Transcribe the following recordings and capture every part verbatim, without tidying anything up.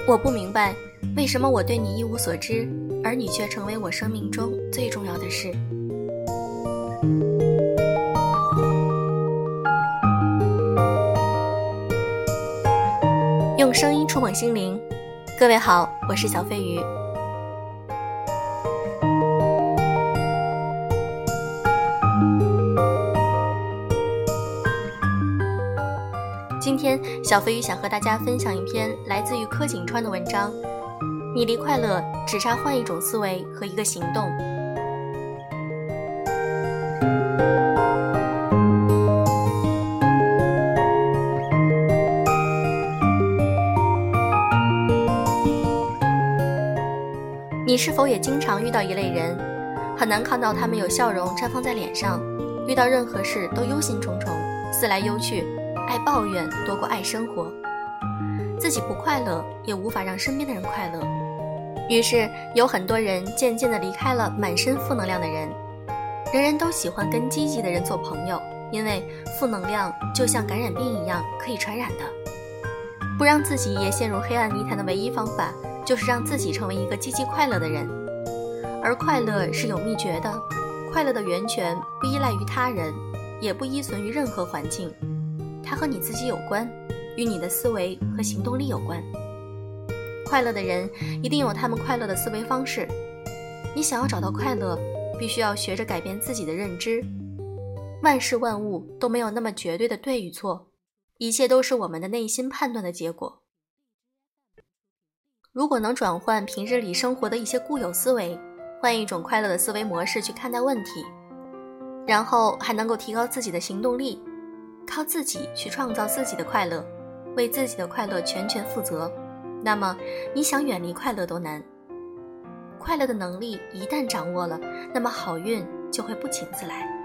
我不明白，为什么我对你一无所知，而你却成为我生命中最重要的事。用声音触碰心灵，各位好，我是小飞鱼。今天小飞鱼想和大家分享一篇来自于柯景川的文章，你离快乐只差换一种思维和一个行动。你是否也经常遇到一类人，很难看到他们有笑容绽放在脸上，遇到任何事都忧心忡忡，思来忧去，爱抱怨多过爱生活，自己不快乐也无法让身边的人快乐。于是有很多人渐渐地离开了满身负能量的人。人人都喜欢跟积极的人做朋友，因为负能量就像感染病一样可以传染的。不让自己也陷入黑暗泥潭的唯一方法，就是让自己成为一个积极快乐的人。而快乐是有秘诀的，快乐的源泉不依赖于他人，也不依存于任何环境，它和你自己有关，与你的思维和行动力有关。快乐的人一定有他们快乐的思维方式。你想要找到快乐，必须要学着改变自己的认知。万事万物都没有那么绝对的对与错，一切都是我们的内心判断的结果。如果能转换平日里生活的一些固有思维，换一种快乐的思维模式去看待问题，然后还能够提高自己的行动力，靠自己去创造自己的快乐，为自己的快乐全权负责，那么你想远离快乐都难。快乐的能力一旦掌握了，那么好运就会不请自来。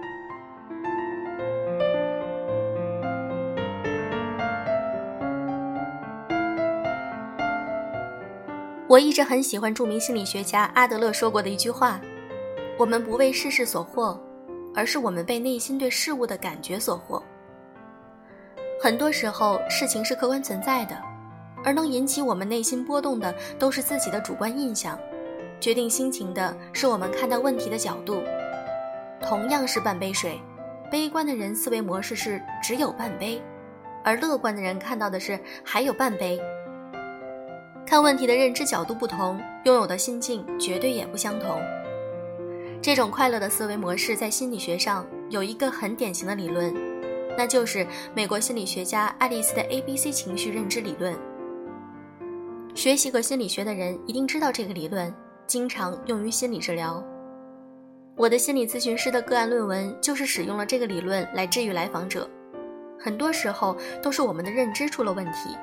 我一直很喜欢著名心理学家阿德勒说过的一句话，我们不为世事所惑，而是我们被内心对事物的感觉所惑。很多时候事情是客观存在的，而能引起我们内心波动的都是自己的主观印象，决定心情的是我们看待问题的角度。同样是半杯水，悲观的人思维模式是只有半杯，而乐观的人看到的是还有半杯。看问题的认知角度不同，拥有的心境绝对也不相同。这种快乐的思维模式在心理学上有一个很典型的理论，那就是美国心理学家爱丽丝的 A B C 情绪认知理论。学习过心理学的人一定知道这个理论，经常用于心理治疗。我的心理咨询师的个案论文就是使用了这个理论来治愈来访者。很多时候都是我们的认知出了问题。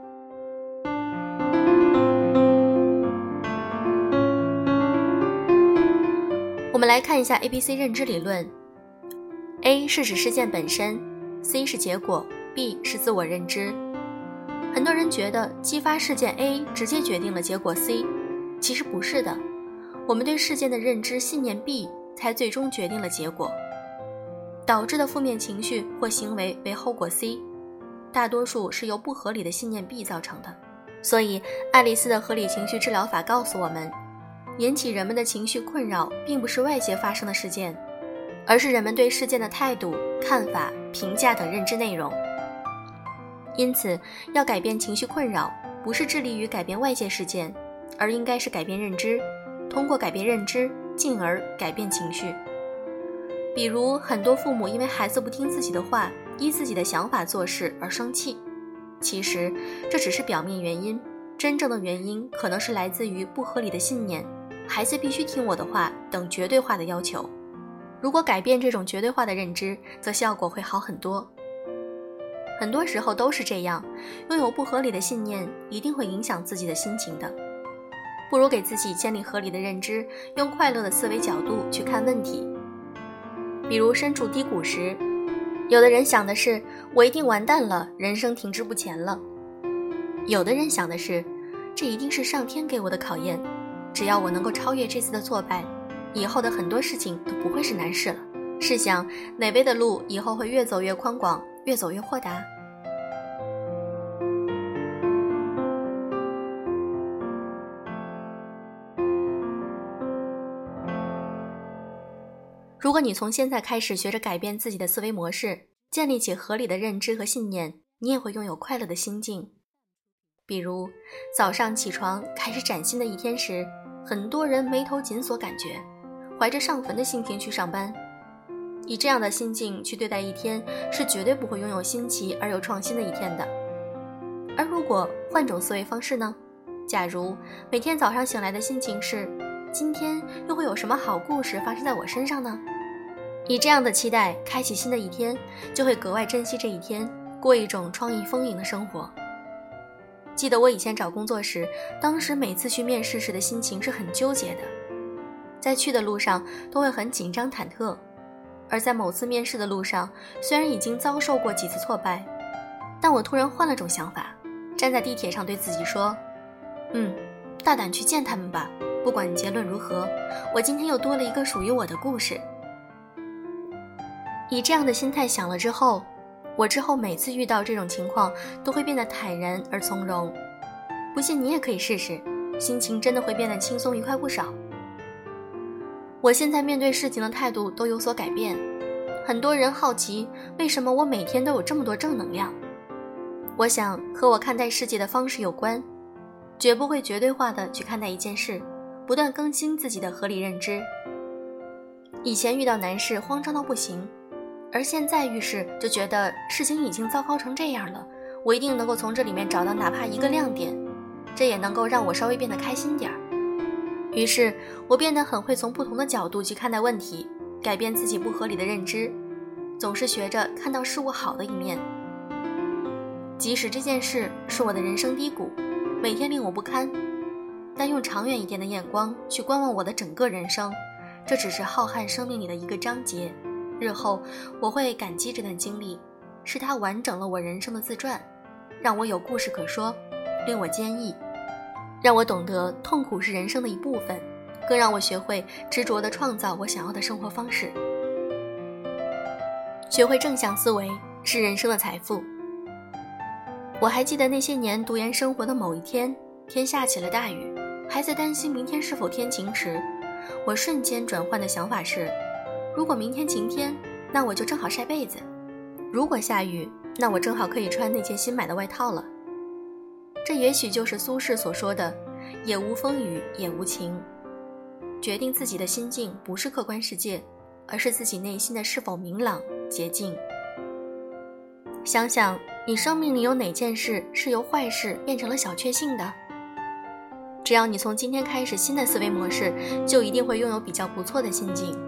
我们来看一下 A B C 认知理论。 A 是指事件本身， C 是结果， B 是自我认知。很多人觉得激发事件 A 直接决定了结果 C， 其实不是的，我们对事件的认知信念 B 才最终决定了结果，导致的负面情绪或行为为后果 C， 大多数是由不合理的信念 B 造成的。所以爱丽丝的合理情绪治疗法告诉我们，引起人们的情绪困扰并不是外界发生的事件，而是人们对事件的态度、看法、评价等认知内容。因此要改变情绪困扰，不是致力于改变外界事件，而应该是改变认知，通过改变认知进而改变情绪。比如很多父母因为孩子不听自己的话，依自己的想法做事而生气，其实这只是表面原因，真正的原因可能是来自于不合理的信念，孩子必须听我的话等绝对化的要求。如果改变这种绝对化的认知，则效果会好很多。很多时候都是这样，拥有不合理的信念一定会影响自己的心情的。不如给自己建立合理的认知，用快乐的思维角度去看问题。比如身处低谷时，有的人想的是我一定完蛋了，人生停滞不前了。有的人想的是这一定是上天给我的考验，只要我能够超越这次的挫败，以后的很多事情都不会是难事了。试想哪位的路以后会越走越宽广，越走越豁达。 如果你从现在开始学着改变自己的思维模式，建立起合理的认知和信念，你也会拥有快乐的心境。比如早上起床开始崭新的一天时，很多人眉头紧锁，感觉怀着上坟的心情去上班。以这样的心境去对待一天，是绝对不会拥有新奇而有创新的一天的。而如果换种思维方式呢？假如每天早上醒来的心情是，今天又会有什么好故事发生在我身上呢？以这样的期待开启新的一天，就会格外珍惜这一天，过一种创意丰盈的生活。记得我以前找工作时，当时每次去面试时的心情是很纠结的，在去的路上都会很紧张忐忑，而在某次面试的路上，虽然已经遭受过几次挫败，但我突然换了种想法，站在地铁上对自己说，嗯，大胆去见他们吧，不管结论如何，我今天又多了一个属于我的故事。以这样的心态想了之后，我之后每次遇到这种情况都会变得坦然而从容。不信你也可以试试，心情真的会变得轻松愉快不少。我现在面对事情的态度都有所改变，很多人好奇为什么我每天都有这么多正能量。我想和我看待世界的方式有关，绝不会绝对化的去看待一件事，不断更新自己的合理认知。以前遇到难事慌张到不行，而现在遇事就觉得事情已经糟糕成这样了，我一定能够从这里面找到哪怕一个亮点，这也能够让我稍微变得开心点儿。于是我变得很会从不同的角度去看待问题，改变自己不合理的认知，总是学着看到事物好的一面。即使这件事是我的人生低谷，每天令我不堪，但用长远一点的眼光去观望我的整个人生，这只是浩瀚生命里的一个章节，日后我会感激这段经历，是它完整了我人生的自传，让我有故事可说，令我坚毅，让我懂得痛苦是人生的一部分，更让我学会执着地创造我想要的生活方式。学会正向思维是人生的财富。我还记得那些年读研生活的某一天，天下起了大雨，还在担心明天是否天晴时，我瞬间转换的想法是，如果明天晴天，那我就正好晒被子；如果下雨，那我正好可以穿那件新买的外套了。这也许就是苏轼所说的也无风雨也无晴。决定自己的心境不是客观世界，而是自己内心的是否明朗洁净。想想你生命里有哪件事是由坏事变成了小确幸的？只要你从今天开始新的思维模式，就一定会拥有比较不错的心境。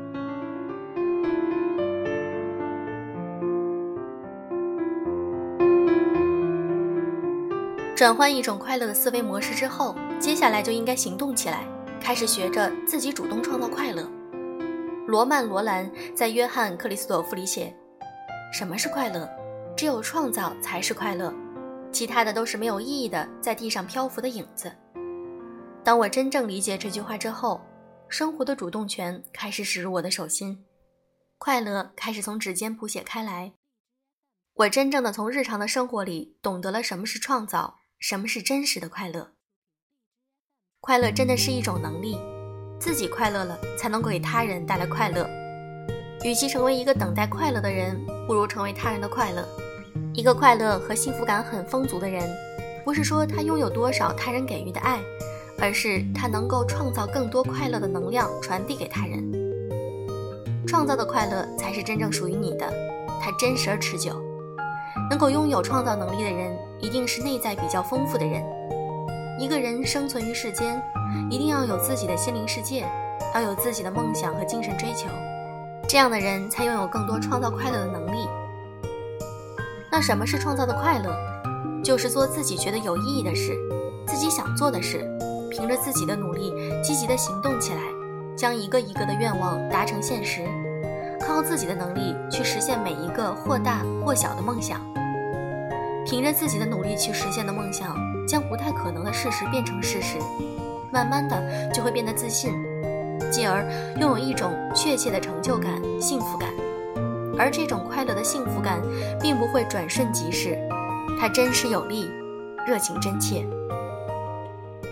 转换一种快乐的思维模式之后，接下来就应该行动起来，开始学着自己主动创造快乐。罗曼·罗兰在《约翰·克里斯朵夫》里写，什么是快乐？只有创造才是快乐，其他的都是没有意义的，在地上漂浮的影子。当我真正理解这句话之后，生活的主动权开始驶入我的手心，快乐开始从指尖谱写开来。我真正的从日常的生活里懂得了什么是创造，什么是真实的快乐。快乐真的是一种能力，自己快乐了，才能够给他人带来快乐。与其成为一个等待快乐的人，不如成为他人的快乐。一个快乐和幸福感很丰足的人，不是说他拥有多少他人给予的爱，而是他能够创造更多快乐的能量传递给他人。创造的快乐才是真正属于你的，它真实而持久。能够拥有创造能力的人，一定是内在比较丰富的人。一个人生存于世间，一定要有自己的心灵世界，要有自己的梦想和精神追求，这样的人才拥有更多创造快乐的能力。那什么是创造的快乐？就是做自己觉得有意义的事，自己想做的事，凭着自己的努力积极的行动起来，将一个一个的愿望达成现实，靠自己的能力去实现每一个或大或小的梦想。凭着自己的努力去实现的梦想，将不太可能的事实变成事实，慢慢的就会变得自信，继而拥有一种确切的成就感、幸福感。而这种快乐的幸福感并不会转瞬即逝，它真实有力，热情真切。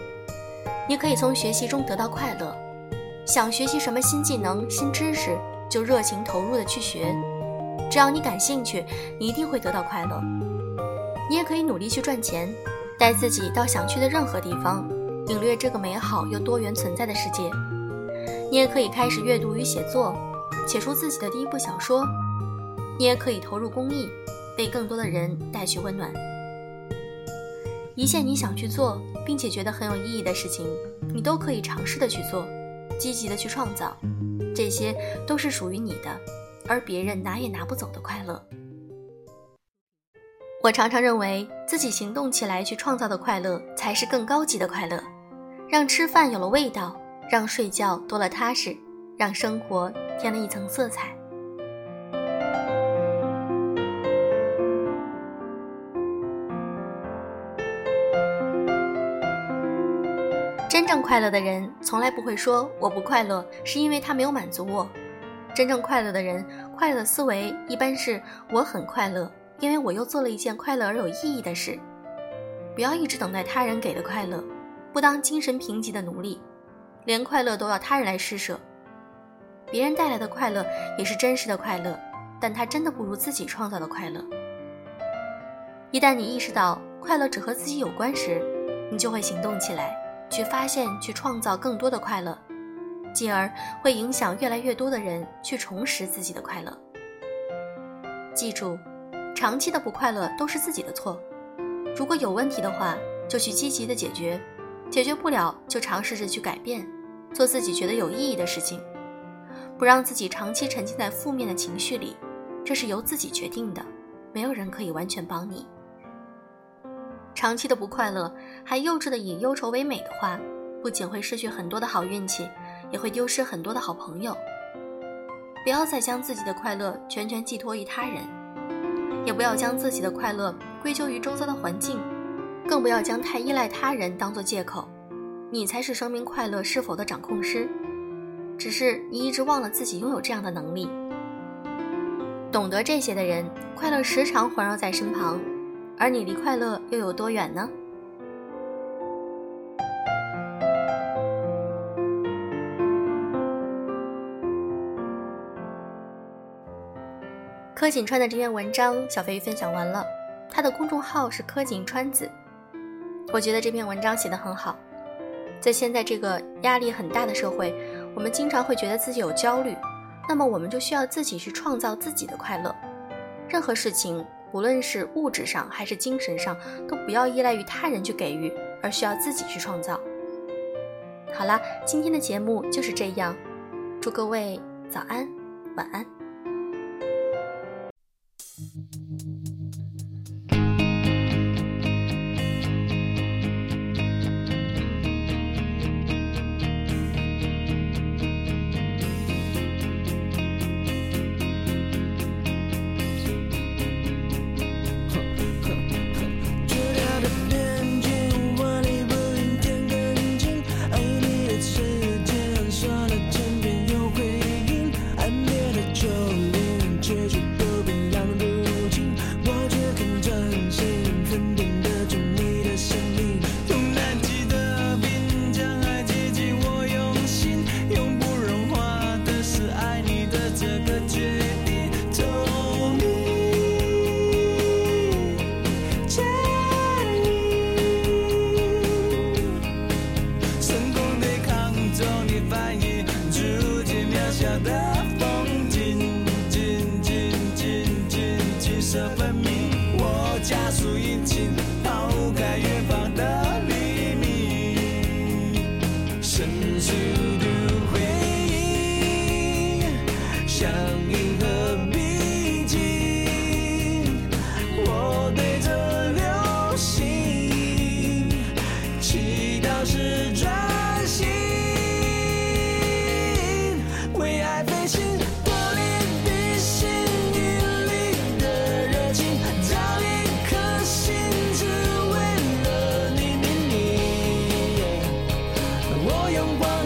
你可以从学习中得到快乐，想学习什么新技能、新知识，就就热情投入的去学，只要你感兴趣，你一定会得到快乐。你也可以努力去赚钱，带自己到想去的任何地方，领略这个美好又多元存在的世界。你也可以开始阅读与写作，写出自己的第一部小说。你也可以投入公益，为更多的人带去温暖。一切你想去做并且觉得很有意义的事情，你都可以尝试的去做，积极的去创造，这些都是属于你的，而别人拿也拿不走的快乐。我常常认为自己行动起来去创造的快乐才是更高级的快乐，让吃饭有了味道，让睡觉多了踏实，让生活添了一层色彩。真正快乐的人从来不会说我不快乐是因为他没有满足我。真正快乐的人，快乐的思维一般是我很快乐，因为我又做了一件快乐而有意义的事。不要一直等待他人给的快乐，不当精神贫瘠的奴隶，连快乐都要他人来施舍。别人带来的快乐也是真实的快乐，但它真的不如自己创造的快乐。一旦你意识到快乐只和自己有关时，你就会行动起来，去发现，去创造更多的快乐，进而会影响越来越多的人去重拾自己的快乐。记住，长期的不快乐都是自己的错。如果有问题的话，就去积极的解决，解决不了就尝试着去改变，做自己觉得有意义的事情，不让自己长期沉浸在负面的情绪里，这是由自己决定的，没有人可以完全帮你。长期的不快乐，还幼稚的以忧愁为美的话，不仅会失去很多的好运气，也会丢失很多的好朋友。不要再将自己的快乐全权寄托于他人，也不要将自己的快乐归咎于周遭的环境，更不要将太依赖他人当作借口。你才是生命快乐是否的掌控师，只是你一直忘了自己拥有这样的能力。懂得这些的人，快乐时常环绕在身旁，而你离快乐又有多远呢？柯锦川的这篇文章小飞鱼分享完了，他的公众号是柯锦川子。我觉得这篇文章写得很好。在现在这个压力很大的社会，我们经常会觉得自己有焦虑，那么我们就需要自己去创造自己的快乐。任何事情无论是物质上还是精神上，都不要依赖于他人去给予，而需要自己去创造。好啦，今天的节目就是这样，祝各位早安晚安。 我用光